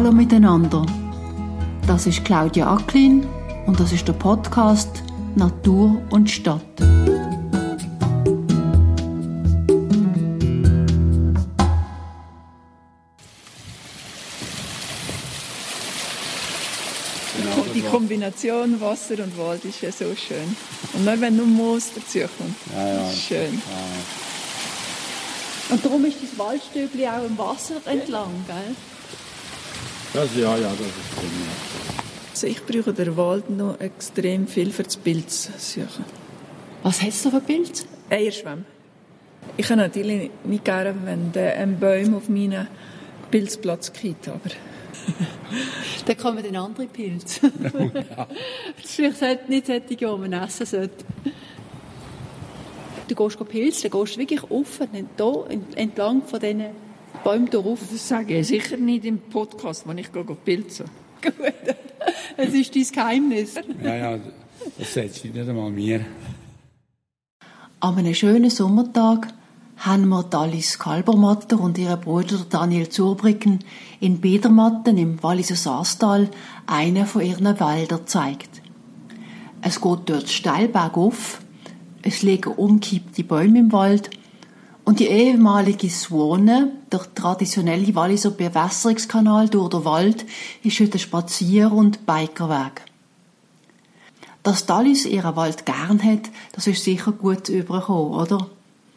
Hallo miteinander. Das ist Claudia Acklin und das ist der Podcast Natur und Stadt. Die Kombination Wasser und Wald ist ja so schön. Und nur wenn nur Moos dazu kommt. Ja. Schön. Ja. Und darum ist das Waldstübli auch im Wasser entlang, gell? Das ist drin. Ja. Also ich brauche den Wald noch extrem viel für das Pilz suchen. Was hat es da für Pilze? Eierschwämme. Ich kann natürlich nicht gerne, wenn ein Baum auf meinen Pilzplatz geht, aber... Dann kommen dann andere Pilze. Das ist vielleicht nicht solche, die man essen sollte. Du gehst pilzen, dann gehst du wirklich offen entlang von diesen Bäumen rauf. Das sage ich sicher nicht im Podcast, wenn ich pilzen gehe. Gut, es ist dein Geheimnis. Ja, das setzt nicht einmal mir. An einem schönen Sommertag haben wir Alice Kalbermatter und ihren Bruder Daniel Zurbriggen in Biedermatten im Walliser Saastal einen von ihren Wäldern gezeigt. Es geht dort steil bergauf, es liegen umgekippte Bäume im Wald und die ehemalige Suone, der traditionelle Walliser Bewässerungskanal durch den Wald, ist heute ein Spazier- und Bikerweg. Dass Alice ihren Wald gern hat, das ist sicher gut übergekommen, oder?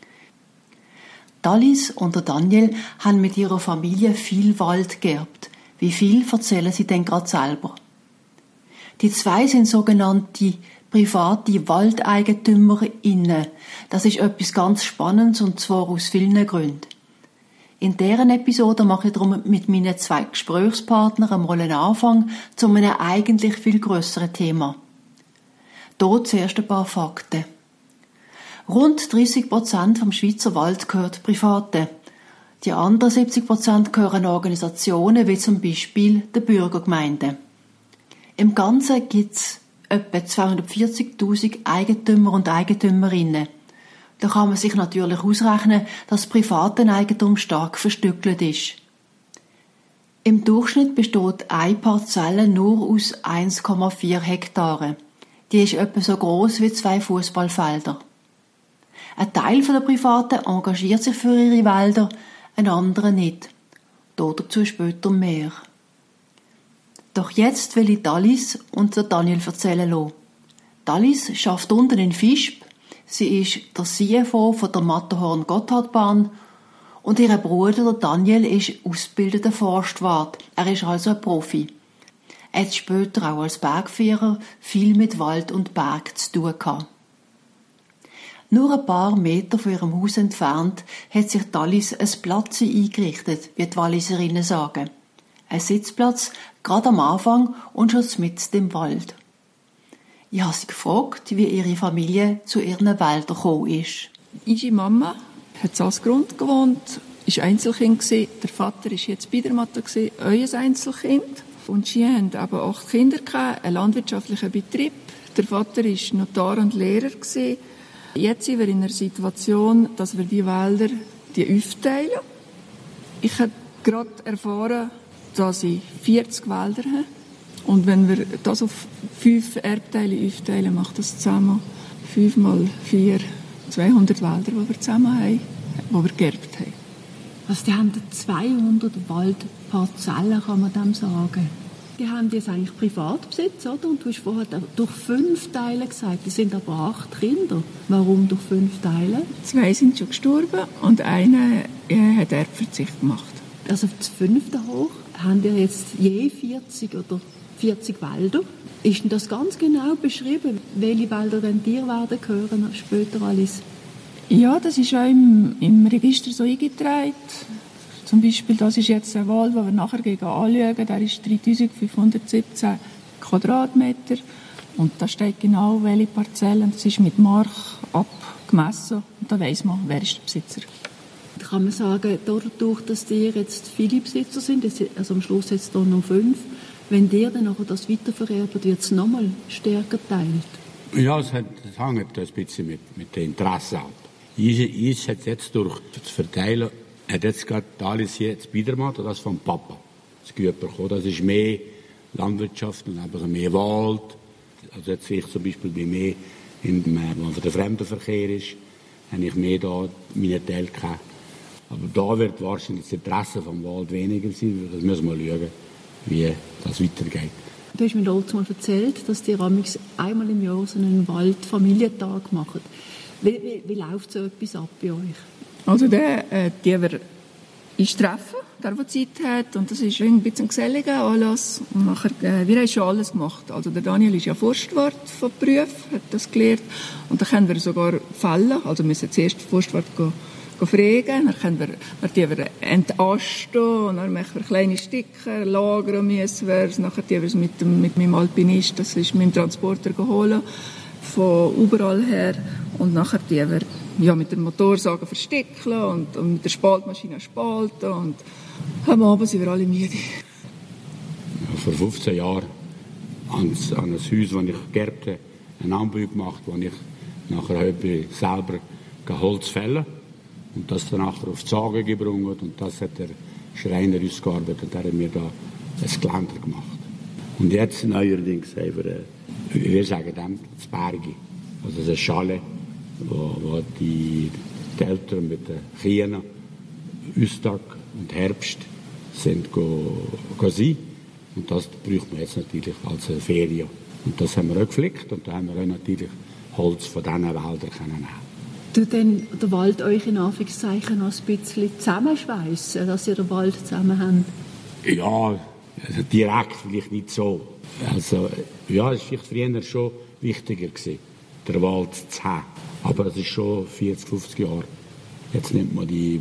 Alice und Daniel haben mit ihrer Familie viel Wald geerbt. Wie viel erzählen sie denn gerade selber? Die zwei sind sogenannte private WaldeigentümerInnen. Das ist etwas ganz Spannendes und zwar aus vielen Gründen. In deren Episode mache ich darum mit meinen zwei Gesprächspartnern einmal einen Anfang zu einem eigentlich viel grösseren Thema. Hier zuerst ein paar Fakten. Rund 30% vom Schweizer Wald gehört Privaten. Die anderen 70% gehören Organisationen wie zum Beispiel der Bürgergemeinden. Im Ganzen gibt es etwa 240'000 Eigentümer und Eigentümerinnen. Da kann man sich natürlich ausrechnen, dass Privateneigentum stark verstückelt ist. Im Durchschnitt besteht eine Parzelle nur aus 1,4 Hektaren. Die ist etwa so gross wie 2 Fußballfelder. Ein Teil der Privaten engagiert sich für ihre Wälder, ein anderer nicht. Dazu später mehr. Doch jetzt will ich Alice und Daniel erzählen lassen. Alice arbeitet unten in Visp. Sie ist der CFO von der Matterhorn-Gotthardbahn und ihr Bruder Daniel ist ausgebildeter Forstwart. Er ist also ein Profi. Er hat später auch als Bergführer viel mit Wald und Berg zu tun gehabt. Nur ein paar Meter von ihrem Haus entfernt hat sich Alice ein Platz eingerichtet, wie die Walliserinnen sagen. Ein Sitzplatz, gerade am Anfang und schon mitten im Wald. Ich habe sie gefragt, wie ihre Familie zu ihren Wäldern gekommen ist. Unsere Mama hat in Salzgrund gewohnt, war Einzelkind. Der Vater war jetzt Biedermatten, euer Einzelkind. Und sie hatten aber 8 Kinder, einen landwirtschaftlichen Betrieb. Der Vater war Notar und Lehrer. Jetzt sind wir in einer Situation, dass wir die Wälder aufteilen. Ich habe gerade erfahren, dass ich 40 Wälder habe. Und wenn wir das auf 5 Erbteile aufteilen, macht das zusammen 5 mal 4, 200 Wälder, die wir zusammen haben, die wir geerbt haben. Also die haben 200 Waldparzellen, kann man dem sagen. Die haben jetzt eigentlich Privatbesitz, oder? Und du hast vorher durch 5 Teile gesagt, die sind aber 8 Kinder. Warum durch 5 Teile? 2 sind schon gestorben und einer hat Erbverzicht gemacht. Also das 5. hoch haben wir jetzt je 40 oder 40 Wälder. Ist denn das ganz genau beschrieben, welche Wälder denn dir werden gehören später alles? Ja, das ist auch im Register so eingetragen. Zum Beispiel, das ist jetzt ein Wald, den wir nachher anschauen. Der ist 3517 Quadratmeter. Und da steht genau, welche Parzellen. Das ist mit Mark abgemessen. Und da weiss man, wer ist der Besitzer. Kann man sagen, dadurch, dass ihr jetzt viele Besitzer sind, also am Schluss jetzt hier noch 5, wenn ihr dann nachher das weitervererbt, wird es nochmal stärker geteilt? Ja, das hängt ein bisschen mit dem Interesse ab. Ich hat jetzt durch das Verteilen, hat jetzt gerade Alice jetzt Biedermatten, das vom Papa. das Gut bekommen. Das ist mehr Landwirtschaft und einfach mehr Wald. Also jetzt sehe ich zum Beispiel bei mir, wo der Fremdenverkehr ist, habe ich mehr da meine Teile gehabt. Aber da wird wahrscheinlich das Interesse vom Wald weniger sein. Das müssen wir schauen, wie das weitergeht. Du hast mir dort mal erzählt, dass die einmal im Jahr so einen Waldfamilientag machen. Wie läuft so etwas ab bei euch? Also die wir uns treffen, der Zeit hat, und das ist ein bisschen geselliger Anlass. Und nachher, wir haben schon alles gemacht. Also der Daniel ist ja Forstwart von Beruf, hat das gelernt. Und dann können wir sogar fällen. Also wir müssen zuerst Forstwart fragen, dann können wir entasten, und dann machen wir kleine Sticker, lagern müssen wir es, nachher wir es mit meinem Alpinist, das ist mit dem Transporter geholt, von überall her, und nachher wir mit dem Motorsagen verstickeln und mit der Spaltmaschine spalten, und am Abend sind wir alle müde. Ja, vor 15 Jahren an ein Haus, das ich geerbt habe, einen Anbau gemacht, wo ich nachher selber Holz fällen und das dann nachher auf die Sage gebracht, und das hat der Schreiner ausgearbeitet, und der hat mir da ein Geländer gemacht. Und jetzt neuerdings haben wir sagen dem, das Berge, also eine Schale, wo die Eltern mit den Kindern Austag und Herbst sind sein. Und das braucht man jetzt natürlich als eine Ferien. Und das haben wir auch geflickt, und da haben wir auch natürlich Holz von diesen Wäldern nehmen. Tut denn der Wald euch in Anführungszeichen noch ein bisschen zusammenschweissen, dass ihr den Wald zusammen habt? Ja, also direkt vielleicht nicht so. Also, ja, es war vielleicht früher schon wichtiger gewesen, den Wald zu haben. Aber es ist schon 40, 50 Jahre. Jetzt nimmt man die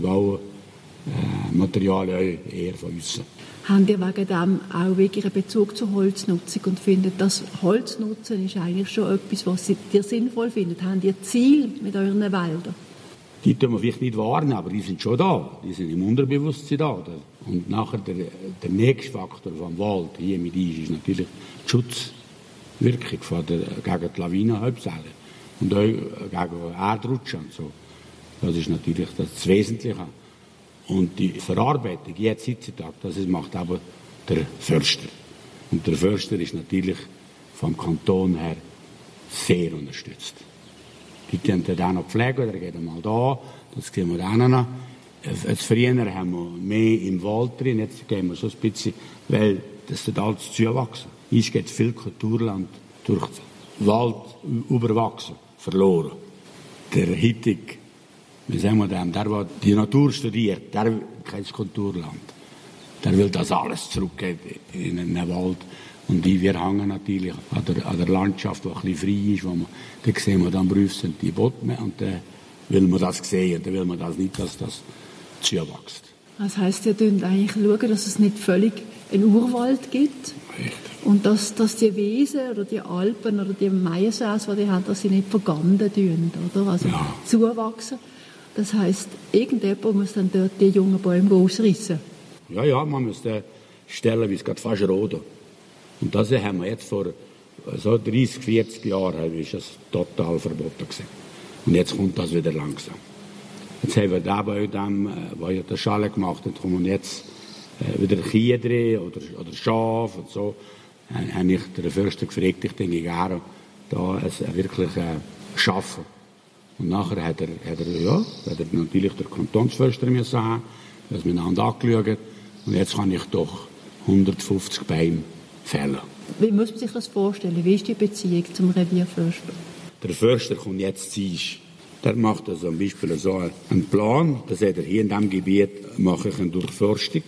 Baumaterialien eher von uns. Habt ihr wegen dem auch wirklich einen Bezug zur Holznutzung und findet, dass Holznutzen ist eigentlich schon etwas, was ihr sinnvoll findet? Habt ihr Ziel mit euren Wäldern? Die tun wir vielleicht nicht wahrnehmen, aber die sind schon da. Die sind im Unterbewusstsein da. Und nachher der nächste Faktor vom Wald hier mit uns ist natürlich die Schutzwirkung gegen die Lawinen hauptsächlich. Und auch gegen Erdrutschen und so. Das ist natürlich das Wesentliche. Und die Verarbeitung jetzt heutzutage, das macht aber der Förster. Und der Förster ist natürlich vom Kanton her sehr unterstützt. Die tun dann noch pflegen, der geht mal da, das gehen wir dann noch. Jetzt früher haben wir mehr im Wald drin, jetzt gehen wir so ein bisschen, weil das wird alles zuwachsen. Jetzt geht viel Kulturland durch den Wald überwachsen, verloren. Der heutige, wie sagen wir dem, der die Natur studiert, der will kein Kulturland. Der will das alles zurückgeben in den Wald. Und wir hängen natürlich an der Landschaft, die ein bisschen frei ist, da sehen wir dann Brüfe sind die Bäume, und dann will man das sehen, dann will man das nicht, dass das zuwächst. Das heisst, ihr schaut eigentlich schauen, dass es nicht völlig einen Urwald gibt. Richtig. Und dass die Wiesen oder die Alpen oder die Maiensäße, die ihr habt, dass sie nicht verganden tun, oder? Also ja. Zuwachsen. Das heisst, irgendjemand muss dann dort die jungen Bäume ausreißen. Ja, man muss die Stellen, wie es gerade fast roden. Und das haben wir jetzt vor so 30, 40 Jahren, ist das total verboten gewesen. Und jetzt kommt das wieder langsam. Jetzt haben wir da bei dem, wo ich die Schale gemacht habe, kommen jetzt wieder Kühe drin oder Schafe und so. Habe ich den Förster gefragt, ich denke gerne, da wirklich schaffen. Und nachher hat er natürlich der Kantonsförster müssen haben, das miteinander angeschaut. Und jetzt kann ich doch 150 Bäume fällen. Wie muss man sich das vorstellen? Wie ist die Beziehung zum Revierförster? Der Förster kommt jetzt zu uns. Der macht also zum Beispiel so einen Plan. Das hat er hier in diesem Gebiet, mache ich eine Durchforstung.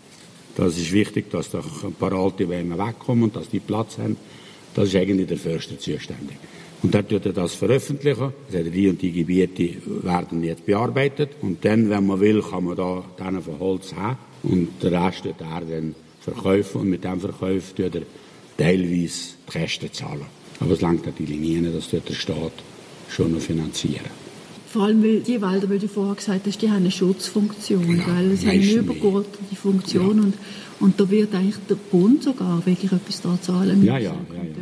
Das ist wichtig, dass da ein paar alte Bäume wegkommen und dass die Platz haben. Das ist eigentlich der Förster zuständig. Und dann tut er das veröffentlichen. Also die und die Gebiete werden jetzt bearbeitet. Und dann, wenn man will, kann man da dann von Holz haben. Und den Rest tut er dann verkaufen. Und mit dem Verkauf tut er teilweise die Kosten zahlen. Aber es langt natürlich nie, das tut der Staat schon noch finanzieren. Vor allem, weil die Wälder, wie du vorher gesagt hast, die haben eine Schutzfunktion. Ja, weil sie haben eine übergeordnete Funktion. Ja. Und da wird eigentlich der Bund sogar wirklich etwas da zahlen müssen. Ja.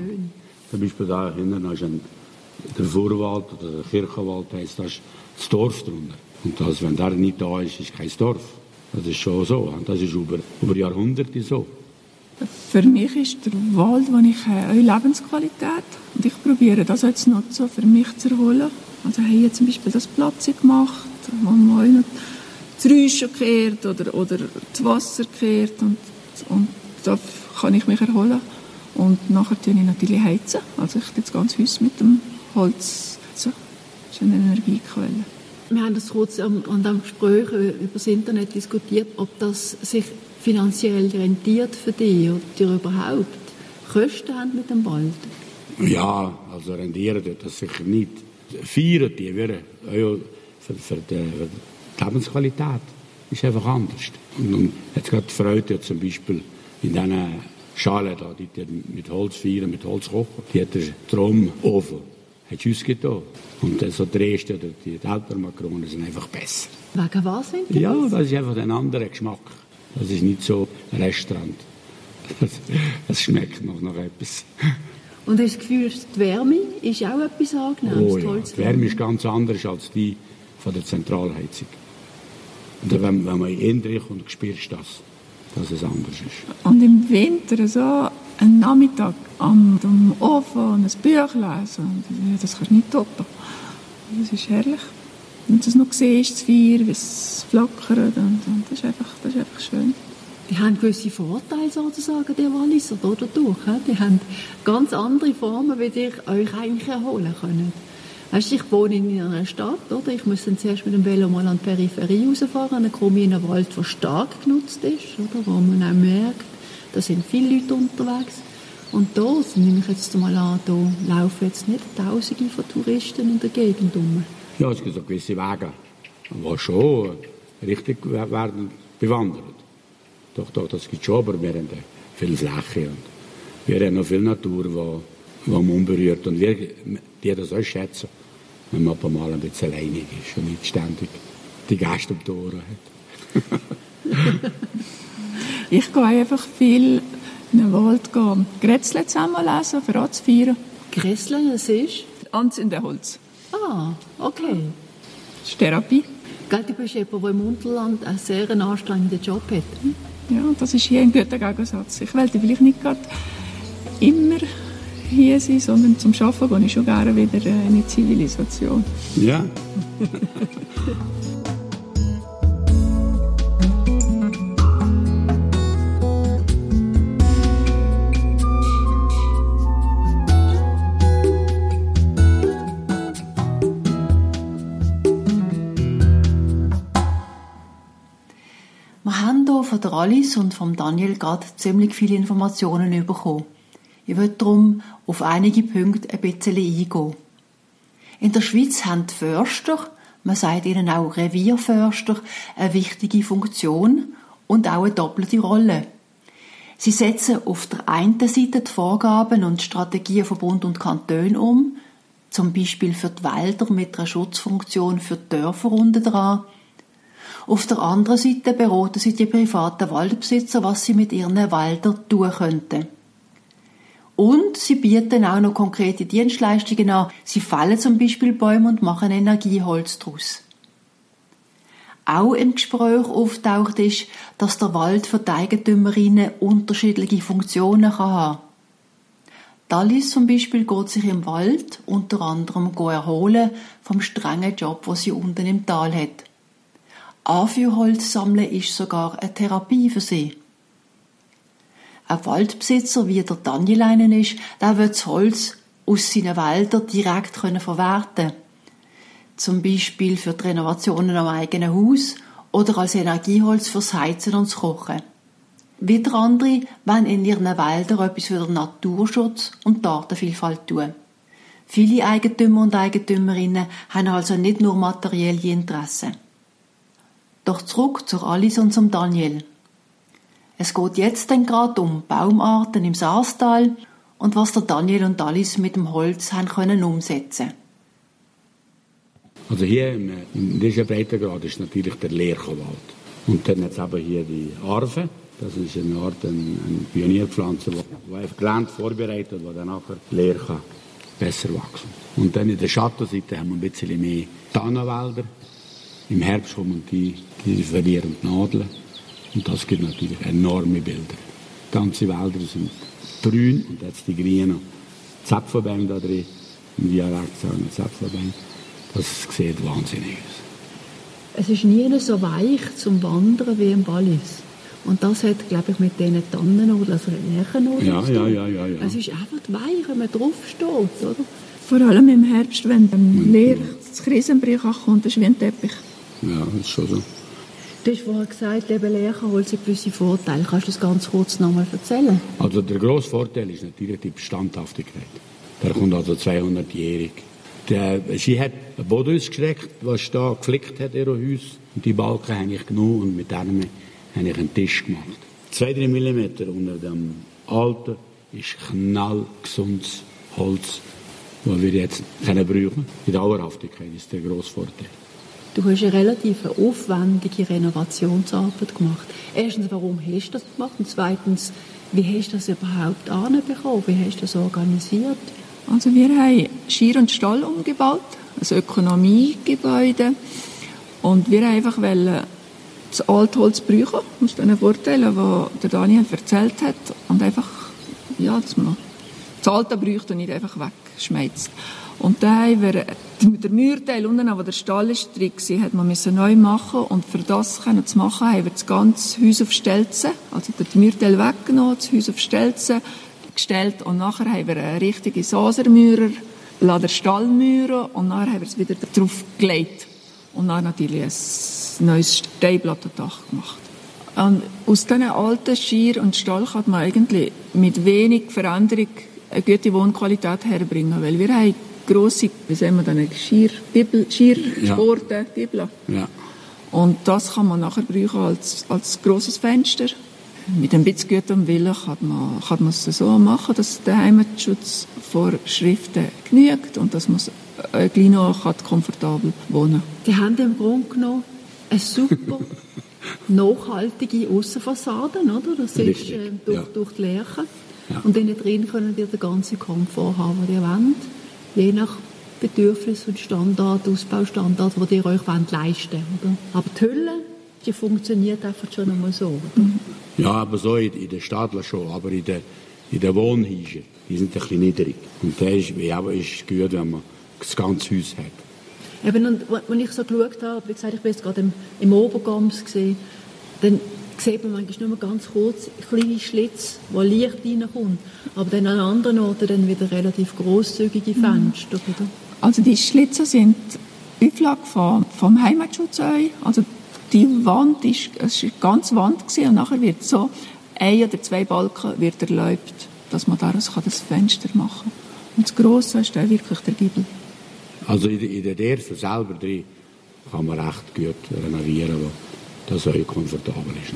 Zum Beispiel da hinten ist der Vorwald oder der Kirchenwald, heisst das das Dorf drunter. Und das, wenn der nicht da ist, ist kein Dorf. Das ist schon so. Und das ist über Jahrhunderte so. Für mich ist der Wald, den ich habe, eine Lebensqualität. Und ich probiere das jetzt zu nutzen, für mich zu erholen. Also ich habe hier zum Beispiel das Platz gemacht, wo man noch das Räuschen kehrt oder das Wasser kehrt. Und da kann ich mich erholen. Und nachher tue ich natürlich heizen. Also ich tue das ganze Haus mit dem Holz. Das ist eine Energiequelle. Wir haben das kurz an dem Gespräch über das Internet diskutiert, ob das sich finanziell rentiert für dich oder dir überhaupt Kosten haben mit dem Wald? Ja, also rendieren tut das sicher nicht. Feiern die wir für die Lebensqualität ist einfach anders. Und jetzt gerade die Freude zum Beispiel in diesen Schalen da, die mit Holz feiern, mit Holz kochen, die hat den Stromofen, hat es uns getan. Und so die Reste oder die Elternmakronen sind einfach besser. Wegen was sind die? Ja, das ist einfach ein anderer Geschmack. Das ist nicht so ein Restaurant. Das schmeckt noch etwas. Und hast du das Gefühl, die Wärme ist auch etwas Angenehmes? Oh ja, die Wärme ist ganz anders als die von der Zentralheizung. Und wenn man in den kommt, spürst du das, dass es anders ist. Und im Winter so einen Nachmittag am Ofen und ein Buch lesen, das kannst du nicht toppen. Das ist herrlich. Und du es noch siehst, das Feuer, wie es flackert, und das ist einfach schön. Die haben gewisse Vorteile sozusagen, die Walliser, dadurch. Die haben ganz andere Formen, wie ihr euch eigentlich erholen könnt. Weißt du, ich wohne in einer Stadt, oder? Ich muss dann zuerst mit dem Velo mal an die Peripherie rausfahren, dann komme ich in einen Wald, der stark genutzt ist, oder? Wo man auch merkt, da sind viele Leute unterwegs. Und da, nehme ich jetzt mal an, da laufen jetzt nicht Tausende von Touristen in der Gegend rum. Ja, es gibt so gewisse Wege, die schon richtig werden bewandert. Doch, das gibt schon, aber wir haben viel Fläche und wir haben noch viel Natur, die man unberührt. Und wir, die das auch schätzen, wenn man mal ein bisschen alleinig ist und nicht ständig die Gäste um die Ohren hat. Ich gehe einfach viel in den Wald gehen, Grätzle zusammenlesen, für anzufeiern. Grätzle, das ist? Anzündenholz. Ah, okay. Das ist Therapie. Gell, du bist jemand, der im Unterland einen sehr anstrengenden Job hat. Ja, das ist hier ein guter Gegensatz. Ich wollte vielleicht nicht gerade immer hier sein, sondern zum Arbeiten gehe ich schon gerne wieder in die Zivilisation. Ja. Wir haben hier von der Alice und vom Daniel gerade ziemlich viele Informationen bekommen. Ich will darum auf einige Punkte ein bisschen eingehen. In der Schweiz haben die Förster, man sagt ihnen auch Revierförster, eine wichtige Funktion und auch eine doppelte Rolle. Sie setzen auf der einen Seite die Vorgaben und Strategien von Bund und Kanton um, zum Beispiel für die Wälder mit einer Schutzfunktion für die Dörfer unten dran. Auf der anderen Seite beraten sie die privaten Waldbesitzer, was sie mit ihren Wäldern tun könnten. Und sie bieten auch noch konkrete Dienstleistungen an. Sie fällen zum Beispiel Bäume und machen Energieholz daraus. Auch im Gespräch auftaucht ist, dass der Wald für die Eigentümerinnen unterschiedliche Funktionen haben kann. Alice zum Beispiel geht sich im Wald unter anderem erholen vom strengen Job, den sie unten im Tal hat. Anführholz sammeln ist sogar eine Therapie für sie. Ein Waldbesitzer, wie der Daniel einen ist, der will das Holz aus seinen Wäldern direkt verwerten. Zum Beispiel für die Renovationen am eigenen Haus oder als Energieholz fürs Heizen und das Kochen. Wieder andere wollen in ihren Wäldern etwas für den Naturschutz und die Artenvielfalt tun. Viele Eigentümer und Eigentümerinnen haben also nicht nur materielle Interessen. Doch zurück zur Alice und zum Daniel. Es geht jetzt dann gerade um Baumarten im Saastal und was der Daniel und Alice mit dem Holz haben können umsetzen. Also hier in diesem Breitengrad ist natürlich der Lärchenwald. Und dann hat es eben hier die Arve. Das ist eine Art eine Pionierpflanze, die einfach Gelände vorbereitet, wo dann nachher Lärchen besser wachsen. Und dann in der Schattenseite haben wir ein bisschen mehr Tannenwälder. Im Herbst kommen die verlieren die Nadeln. Und das gibt natürlich enorme Bilder. Die ganzen Wälder sind grün und jetzt die grünen Zapfenbäume da drin, im Dialekt sagen Zapfenbäume. Das sieht wahnsinnig aus. Es ist nie so weich zum Wandern wie im Wallis. Und das hat, glaube ich, mit diesen Tannennadeln, also Lärchennadeln zu tun. Ja. Es ist einfach weich, wenn man drauf steht, oder? Vor allem im Herbst, wenn das Krisenbrüch kommt, ist wie ein Teppich. Ja, das ist schon so. Du hast vorhin gesagt, eben Lärchenholz hat gewisse Vorteile. Kannst du das ganz kurz nochmal erzählen? Also der grosse Vorteil ist natürlich die Standhaftigkeit. Der kommt also 200-jährig. Sie hat einen Boden ausgestreckt, was da geflickt hat, ihr Haus. Und die Balken habe ich genommen und mit dem habe ich einen Tisch gemacht. 2-3 mm unter dem alten ist knallgesundes Holz, das wir jetzt brauchen können. Die Dauerhaftigkeit ist der grosse Vorteil. Du hast eine relativ aufwendige Renovationsarbeit gemacht. Erstens, warum hast du das gemacht? Und zweitens, wie hast du das überhaupt anbekommen? Wie hast du das organisiert? Also wir haben Schir und Stall umgebaut, ein Ökonomiegebäude. Und wir einfach wollen das Altholz brauchen, aus den Vorteilen, die der Daniel erzählt hat. Und einfach, ja, dass man das Alte braucht und nicht einfach wegschmeißt. Und dann haben wir den Mauerteil unten, wo der Stall ist, hat man neu machen. Und für das zu machen, haben wir das ganze Haus auf Stelzen, also den Mauerteil weggenommen, das Haus auf Stelzen gestellt. Und nachher haben wir eine richtige Sasermaurer, den Stallmaurer, und nachher haben wir es wieder drauf gelegt. Und dann natürlich ein neues Steinplattendach gemacht. Und aus diesen alten Schir und Stall kann man eigentlich mit wenig Veränderung eine gute Wohnqualität herbringen, weil wir haben grosse, wie sagen wir dann, Schiersporten, Bibel. Ja. Und das kann man nachher brauchen als grosses Fenster. Mit ein bisschen gutem Willen kann man es so machen, dass der Heimatschutzvorschriften genügt und dass man gleich noch komfortabel wohnen kann. Die haben im Grunde genommen eine super nachhaltige Aussenfassade, oder? Das ist durch die Lärchen. Ja. Und innen drin können ihr den ganzen Komfort haben, den ihr wollt, je nach Bedürfnis und Standard, Ausbaustandard, den ihr euch leisten wollt. Oder? Aber die Hülle, die funktioniert einfach schon einmal so. Oder? Ja, aber so in der Stadt schon, aber in der Wohnhäuser, die sind ein bisschen niedrig. Und das ist gut, wenn man das ganze Haus hat. Eben, und wenn ich so geschaut habe, wie gesagt, ich bin jetzt gerade im Obergams gesehen, dann sieht man manchmal nur ganz kurz kleine Schlitz, wo Licht reinkommt. Aber dann an anderen Orten dann wieder relativ grosszügige Fenster. Oder? Also die Schlitze sind Auflage vom Heimatschutz. Also die Wand es war eine ganze Wand gewesen, und nachher wird so 1 oder 2 Balken wird erlaubt, dass man daraus das Fenster machen kann. Und das Grosse ist dann wirklich der Giebel. Also in der Dörfer selber drin kann man recht gut renovieren, das auch komfortabel ist.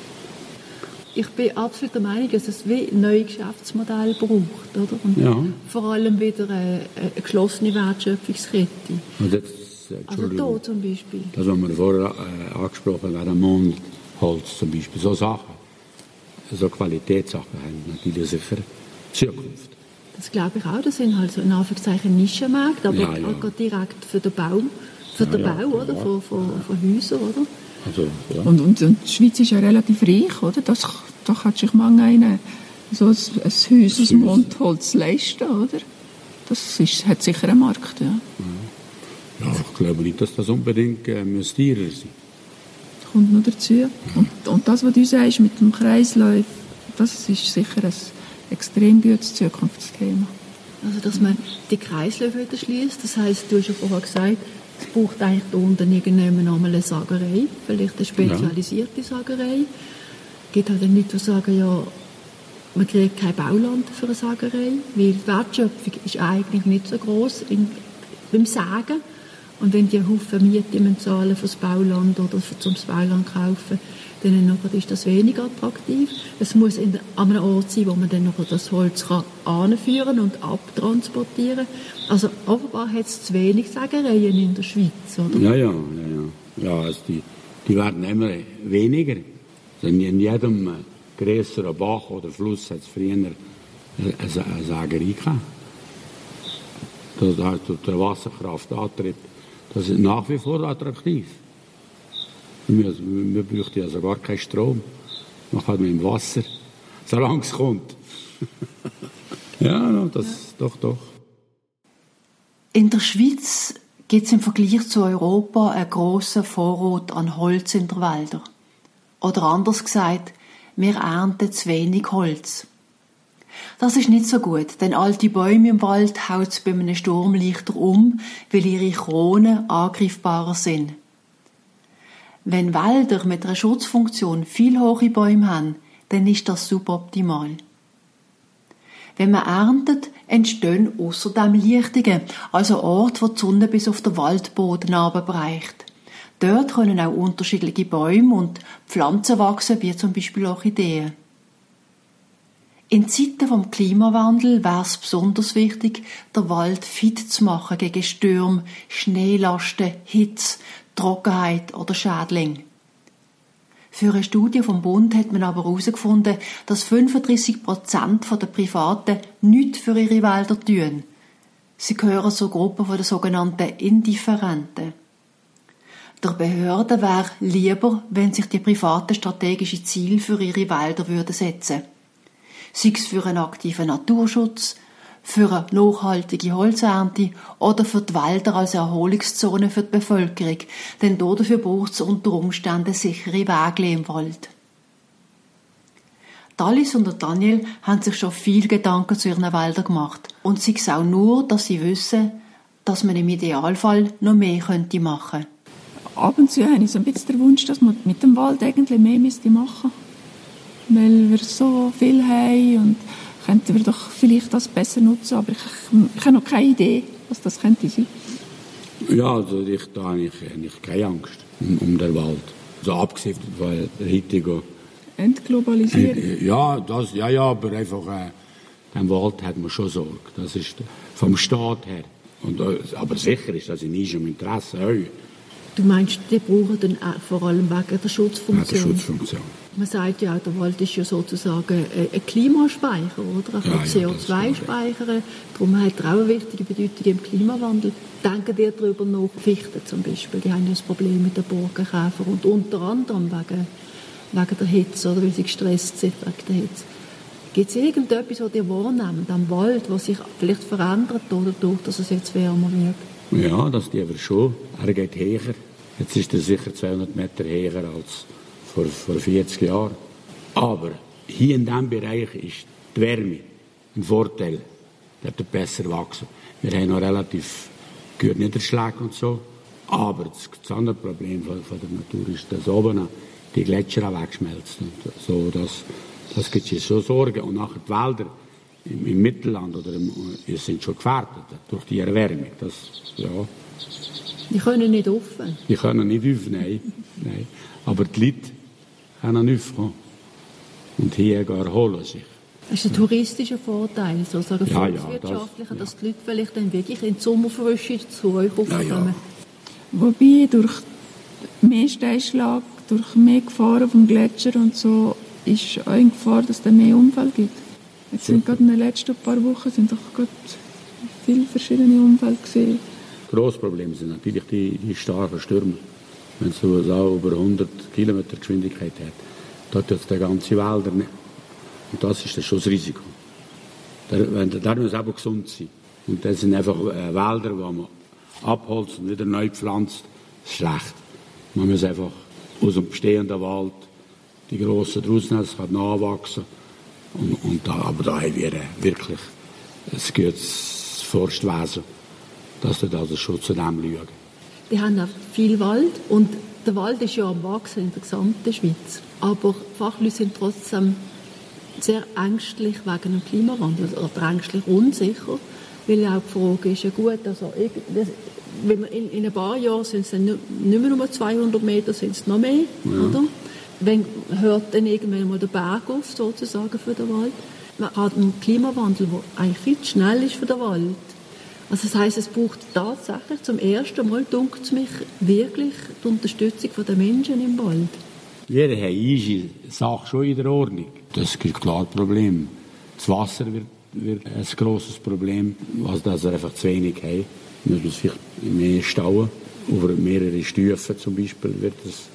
Ich bin absolut der Meinung, dass es wie neue Geschäftsmodelle braucht. Oder? Und vor allem wieder eine geschlossene Wertschöpfungskette. Also hier zum Beispiel. Das, was wir vorher angesprochen haben, Mondholz zum Beispiel, so Sachen, so Qualitätssachen haben natürlich sicher Zukunft. Das glaube ich auch. Das sind halt so in Anführungszeichen Nischenmärkte, aber auch direkt für den Bau, oder? Von Häusern, oder? Also, ja. Und die Schweiz ist ja relativ reich, oder? Da kann sich manchmal so ein Haus aus Mondholz leisten, oder? Das hat sicher einen Markt, ja. Ja, ich glaube nicht, dass das unbedingt teurer sein. Kommt noch dazu. Ja. Und das, was du sagst mit dem Kreislauf, das ist sicher ein extrem gutes Zukunftsthema. Also, dass man die Kreisläufe wieder schließt, das heisst, du hast ja vorher gesagt, es braucht eigentlich da unten irgendwann nochmal eine Sagerei, vielleicht eine spezialisierte Sagerei. Es gibt halt Leute, die sagen, ja, man kriegt kein Bauland für eine Sagerei, weil die Wertschöpfung ist eigentlich nicht so gross beim Sägen. Und wenn die Haufen Miete zahlen für das Bauland oder zum Bauland kaufen, dann ist das weniger attraktiv. Es muss an einem Ort sein, wo man dann noch das Holz anführen und abtransportieren kann. Also offenbar hat es zu wenig Sägereien in der Schweiz, oder? Ja. Ja, also die werden immer weniger. Also in jedem größeren Bach oder Fluss hat es früher eine Sägerei gehabt. Das heißt, der Wasserkraftantrieb, das ist nach wie vor attraktiv. Wir bräuchten ja sogar keinen Strom. Man kann mit dem Wasser, solange es kommt. Ja, das doch. In der Schweiz gibt es im Vergleich zu Europa einen grossen Vorrat an Holz in den Wäldern. Oder anders gesagt, wir ernten zu wenig Holz. Das ist nicht so gut, denn alte Bäume im Wald haut es bei einem Sturm leichter um, weil ihre Kronen angreifbarer sind. Wenn Wälder mit einer Schutzfunktion viel hohe Bäume haben, dann ist das suboptimal. Wenn man erntet, entstehen ausserdem Lichtungen, also Orte, wo die Sonne bis auf den Waldboden runterreicht. Dort können auch unterschiedliche Bäume und Pflanzen wachsen, wie zum Beispiel Orchideen. In Zeiten vom Klimawandel wäre es besonders wichtig, den Wald fit zu machen gegen Stürme, Schneelasten, Hitze, Trockenheit oder Schädlinge. Für eine Studie vom Bund hat man aber herausgefunden, dass 35% der Privaten nichts für ihre Wälder tun. Sie gehören zur Gruppe der sogenannten Indifferenten. Der Behörden wäre lieber, wenn sich die privaten strategische Ziele für ihre Wälder setzen würden. Sei es für einen aktiven Naturschutz, für eine nachhaltige Holzernte oder für die Wälder als Erholungszone für die Bevölkerung, denn dafür braucht es unter Umständen sichere Wege im Wald. Alice und Daniel haben sich schon viel Gedanken zu ihren Wäldern gemacht und sei es auch nur, dass sie wissen, dass man im Idealfall noch mehr machen könnte. Ab und zu habe ich so ein bisschen den Wunsch, dass man mit dem Wald eigentlich mehr machen müsste. Weil wir so viel haben und könnten wir doch vielleicht das besser nutzen, aber ich habe noch keine Idee, was das könnte sein. Ja, also da habe ich keine Angst um den Wald. Also abgesehen von der heutigen Entglobalisierung. Ja, aber einfach dem Wald hat man schon Sorge. Das ist vom Staat her. Aber sicher ist das in unserem Interesse auch. Du meinst, die brauchen dann auch vor allem wegen der Schutzfunktion? Ja, der Schutzfunktion. Man sagt ja, der Wald ist ja sozusagen ein Klimaspeicher, oder? Er kann CO2 speichern. Darum hat er auch eine wichtige Bedeutung im Klimawandel. Denken wir darüber nach, Fichten zum Beispiel, die haben ja das Problem mit den Borkenkäfern und unter anderem wegen der Hitze, oder weil sie gestresst sind wegen der Hitze. Gibt es irgendetwas, was ihr wahrnehmt am Wald, was sich vielleicht verändert dadurch, dass es jetzt wärmer wird? Ja, das tun wir schon. Er geht höher. Jetzt ist er sicher 200 Meter höher als vor 40 Jahren. Aber hier in diesem Bereich ist die Wärme ein Vorteil. Der wird besser wachsen. Wir haben noch relativ gute Niederschläge und so. Aber das andere Problem von der Natur ist, dass oben die Gletscher auch wegschmelzen. So, das gibt es schon Sorgen. Und nachher die Wälder im Mittelland sind schon gefährdet durch die Erwärmung. Die können nicht offen. Die können nicht offen, nein. Aber die Leute können offen. Und hier erholen sich. Das ist ein touristischer Vorteil, sozusagen volkswirtschaftlicher, dass die Leute vielleicht dann wirklich in die Sommerfrische zu euch kommen. Ja. Wobei durch mehr Steinschlag, durch mehr Gefahren vom Gletscher und so, ist auch eine Gefahr, dass es mehr Unfälle gibt. Jetzt sind gerade in den letzten paar Wochen sind doch gerade viele verschiedene Unfälle gesehen. Grosses Problem sind natürlich die starken Stürme. Wenn es so über 100 Kilometer Geschwindigkeit hat, dort hat es die ganze Wälder nicht. Und das ist schon das Risiko. Da muss aber gesund sein. Und das sind einfach Wälder, die man abholzt und wieder neu pflanzt. Das ist schlecht. Man muss einfach aus dem bestehenden Wald die grossen rausnehmen, es kann nachwachsen. Aber da haben wir wirklich ein gutes Forstwesen, dass wir also schon zu dem schauen. Wir haben auch viel Wald und der Wald ist ja am Wachsen in der gesamten Schweiz. Aber Fachleute sind trotzdem sehr ängstlich wegen dem Klimawandel oder ängstlich unsicher, weil auch die Frage ist ja gut, also wenn wir in ein paar Jahren sind es dann nicht mehr nur 200 Meter, sind es noch mehr, oder? Wenn hört dann irgendwann mal der Berg auf, sozusagen, für den Wald. Man hat einen Klimawandel, der eigentlich viel zu schnell ist für den Wald. Also das heisst, es braucht tatsächlich zum ersten Mal, dunkt es mich, wirklich die Unterstützung der Menschen im Wald. Wir haben unsere Sache schon in der Ordnung. Das ist klar ein Problem. Das Wasser wird ein grosses Problem, was wir einfach zu wenig haben. Wir müssen vielleicht mehr stauen. Über mehrere Stufen zum Beispiel wird es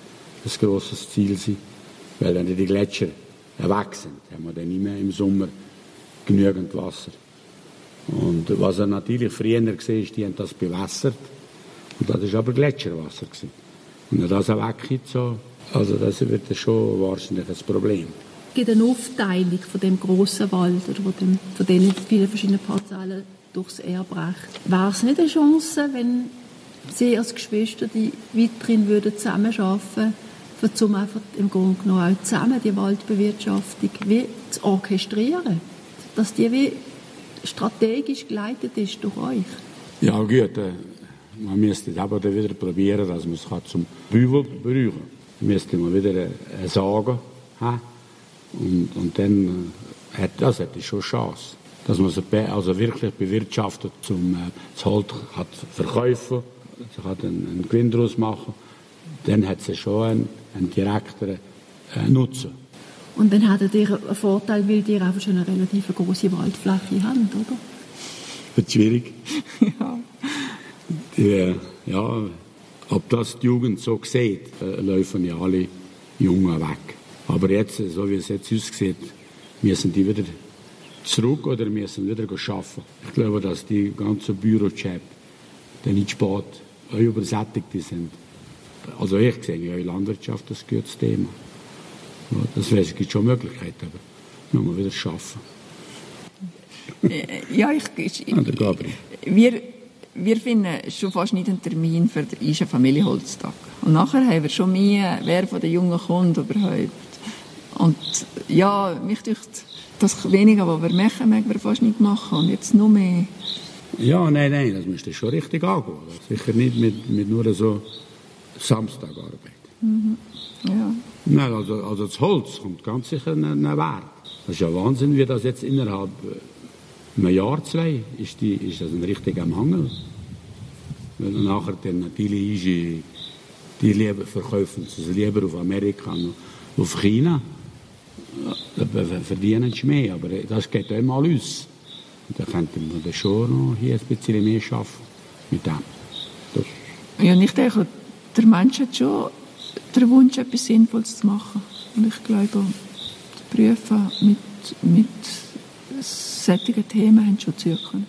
ein grosses Ziel sein. Weil wenn die Gletscher weg sind, haben wir dann nicht mehr im Sommer genügend Wasser. Und was er natürlich früher war, ist, die haben das bewässert. Und das war aber Gletscherwasser. Und wenn das auch weggeht, so, also das wird schon wahrscheinlich ein Problem. Es gibt eine Aufteilung von dem grossen Wald oder von diesen vielen verschiedenen Parzellen durchs Erbrecht. Wäre es nicht eine Chance, wenn Sie als Geschwister die weiterhin zusammenarbeiten würden, um einfach im Grunde genommen auch zusammen die Waldbewirtschaftung wie zu orchestrieren? Dass die wie strategisch geleitet ist durch euch? Ja gut, man müsste aber dann wieder probieren, dass man es zum Bügel berühren kann. Müsste man wieder eine Sage haben. Und dann hat es schon Chance, dass man es also wirklich bewirtschaftet, das Holz verkaufen, einen Gewinn daraus machen. Dann hat es schon einen direkteren Nutzen. Und dann hattet ihr einen Vorteil, weil ihr einfach schon eine relativ große Waldfläche habt, oder? Das wird schwierig. Ja, ob das die Jugend so sieht, laufen ja alle Jungen weg. Aber jetzt, so wie es jetzt aussieht, müssen die wieder zurück oder müssen wieder arbeiten. Ich glaube, dass die ganzen Bürojobs dann nicht spät übersättigt sind. Also ich sehe ja in Landwirtschaft das gutes Thema. Ja, das gibt schon Möglichkeiten, aber müssen wir wieder arbeiten. Wir finden schon fast nicht einen Termin für den ersten Familienholztag. Und nachher haben wir schon mehr, wer von den Jungen kommt überhaupt. Und ja, mich dünkt, das Wenige, was wir machen, mögen wir fast nicht machen. Und jetzt noch mehr. Ja, nein, das müsste schon richtig angehen. Sicher nicht mit nur so Samstagarbeit. Mhm. Ja. Nein, also das Holz kommt ganz sicher einen Wert. Das ist ja Wahnsinn, wie das jetzt innerhalb einem Jahr, 2, ist das ein richtiger Mangel. Wenn dann nachher dann die lieber verkaufen sie lieber auf Amerika und auf China. Da verdienen sie mehr, aber das geht auch mal aus. Und da könnte man dann schon noch hier ein bisschen mehr schaffen mit dem. Das. Ja, ich denke, der Mensch hat schon den Wunsch, etwas Sinnvolles zu machen. Und ich glaube, die Berufe mit solchen Themen haben schon Zukunft.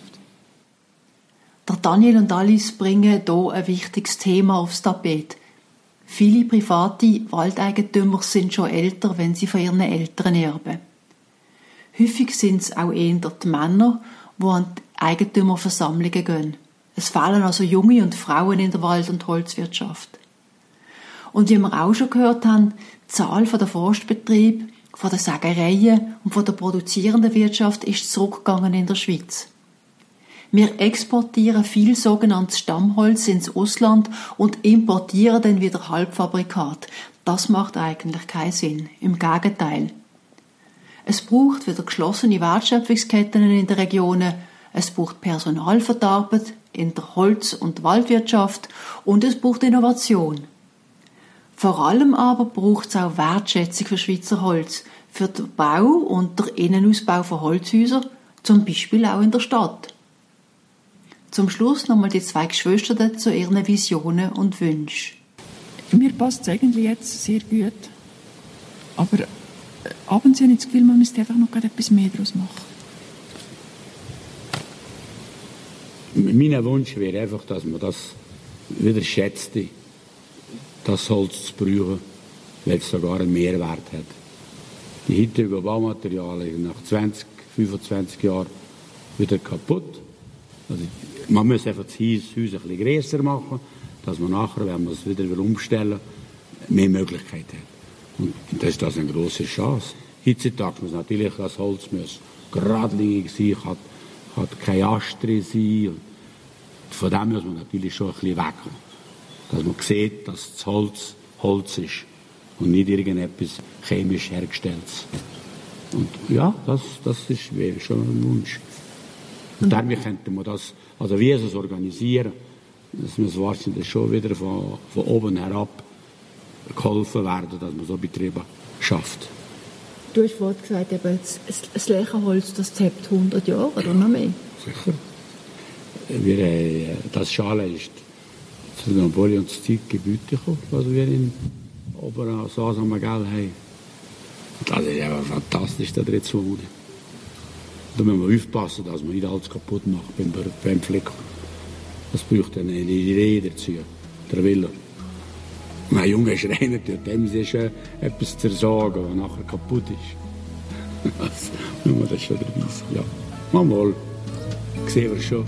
Der Daniel und Alice bringen hier ein wichtiges Thema aufs Tapet. Viele private Waldeigentümer sind schon älter, wenn sie von ihren Eltern erben. Häufig sind es auch eher die Männer, die an die Eigentümerversammlungen gehen. Es fehlen also Junge und Frauen in der Wald- und Holzwirtschaft. Und wie wir auch schon gehört haben, die Zahl der Forstbetriebe, von der Sägereien und von der produzierenden Wirtschaft ist zurückgegangen in der Schweiz. Wir exportieren viel sogenanntes Stammholz ins Ausland und importieren dann wieder Halbfabrikat. Das macht eigentlich keinen Sinn. Im Gegenteil. Es braucht wieder geschlossene Wertschöpfungsketten in den Regionen, es braucht Personal für die Arbeit in der Holz- und Waldwirtschaft und es braucht Innovation. Vor allem aber braucht es auch Wertschätzung für Schweizer Holz, für den Bau und den Innenausbau von Holzhäusern, zum Beispiel auch in der Stadt. Zum Schluss nochmal die 2 Geschwister zu ihren Visionen und Wünschen. Mir passt es eigentlich jetzt sehr gut. Aber abends habe ich das Gefühl, man müsste einfach noch etwas mehr daraus machen. Mein Wunsch wäre einfach, dass man das wieder schätzt, das Holz zu brauchen, weil es sogar einen Mehrwert hat. Die heutigen Baumaterialien nach 20, 25 Jahren wieder kaputt. Also man muss einfach das Haus ein bisschen grösser machen, dass man nachher, wenn man es wieder umstellen will, mehr Möglichkeiten hat. Und das ist eine grosse Chance. Heutzutage muss natürlich das Holz geradlinig sein, kann kein Ast drin sein. Und von dem muss man natürlich schon ein bisschen wegkommen. Dass man sieht, dass das Holz ist und nicht irgendetwas chemisch hergestelltes. Und ja, das wäre schon ein Wunsch. Und dann könnte man das, also wie es organisieren, das muss wahrscheinlich schon wieder von oben herab geholfen werden, dass man so Betriebe schafft. Du hast vorhin gesagt, eben, das Lärchenholz, das lebt 100 Jahre oder noch mehr. Sicher. Das Schale ist zu Napoleons Zeit Gebiete gekommen, was wir in oben so am Geld haben. Das ist einfach fantastisch, da drin zu wohnen. Da müssen wir aufpassen, dass man nicht alles kaputt macht beim Flicken. Das braucht eine Idee dazu, der Wille. Mein junger Schreiner tut dem sich etwas zersagen, was nachher kaputt ist. Das muss man das schon dabei sein. Ja, mal. Sehen wir schon.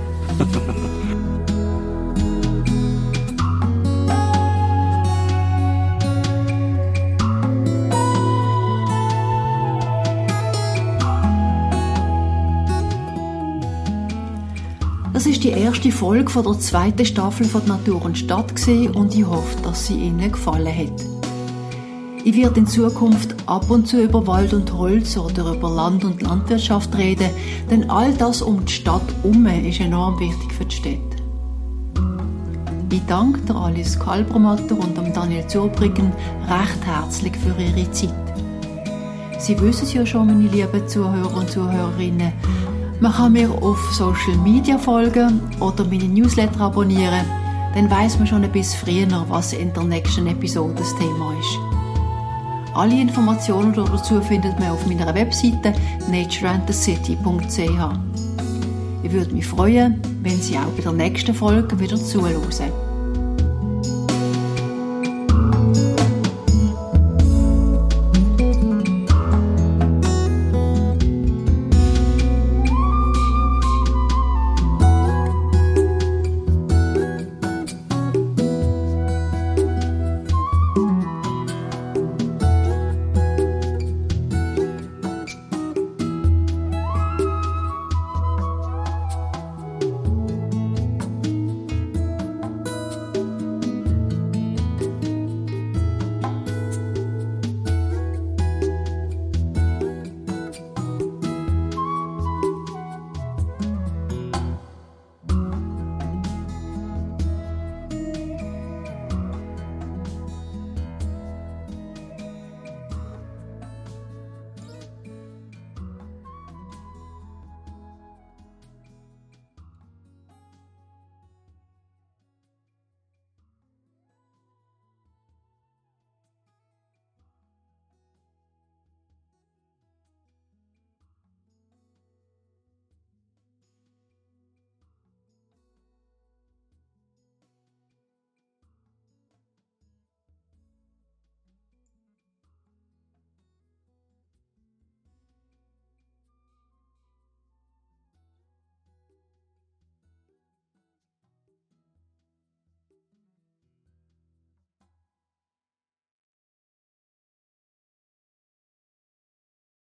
Das ist die erste Folge von der zweiten Staffel von «Natur und Stadt» und ich hoffe, dass sie Ihnen gefallen hat. Ich werde in Zukunft ab und zu über Wald und Holz oder über Land und Landwirtschaft reden, denn all das um die Stadt herum ist enorm wichtig für die Städte. Ich danke der Alice Kalbromatter und dem Daniel Zurbriggen recht herzlich für ihre Zeit. Sie wissen es ja schon, meine lieben Zuhörer und Zuhörerinnen, man kann mir auf Social Media folgen oder meine Newsletter abonnieren, dann weiss man schon ein bisschen früher, was in der nächsten Episode das Thema ist. Alle Informationen dazu findet man auf meiner Webseite natureandthecity.ch. Ich würde mich freuen, wenn Sie auch bei der nächsten Folge wieder zuhören.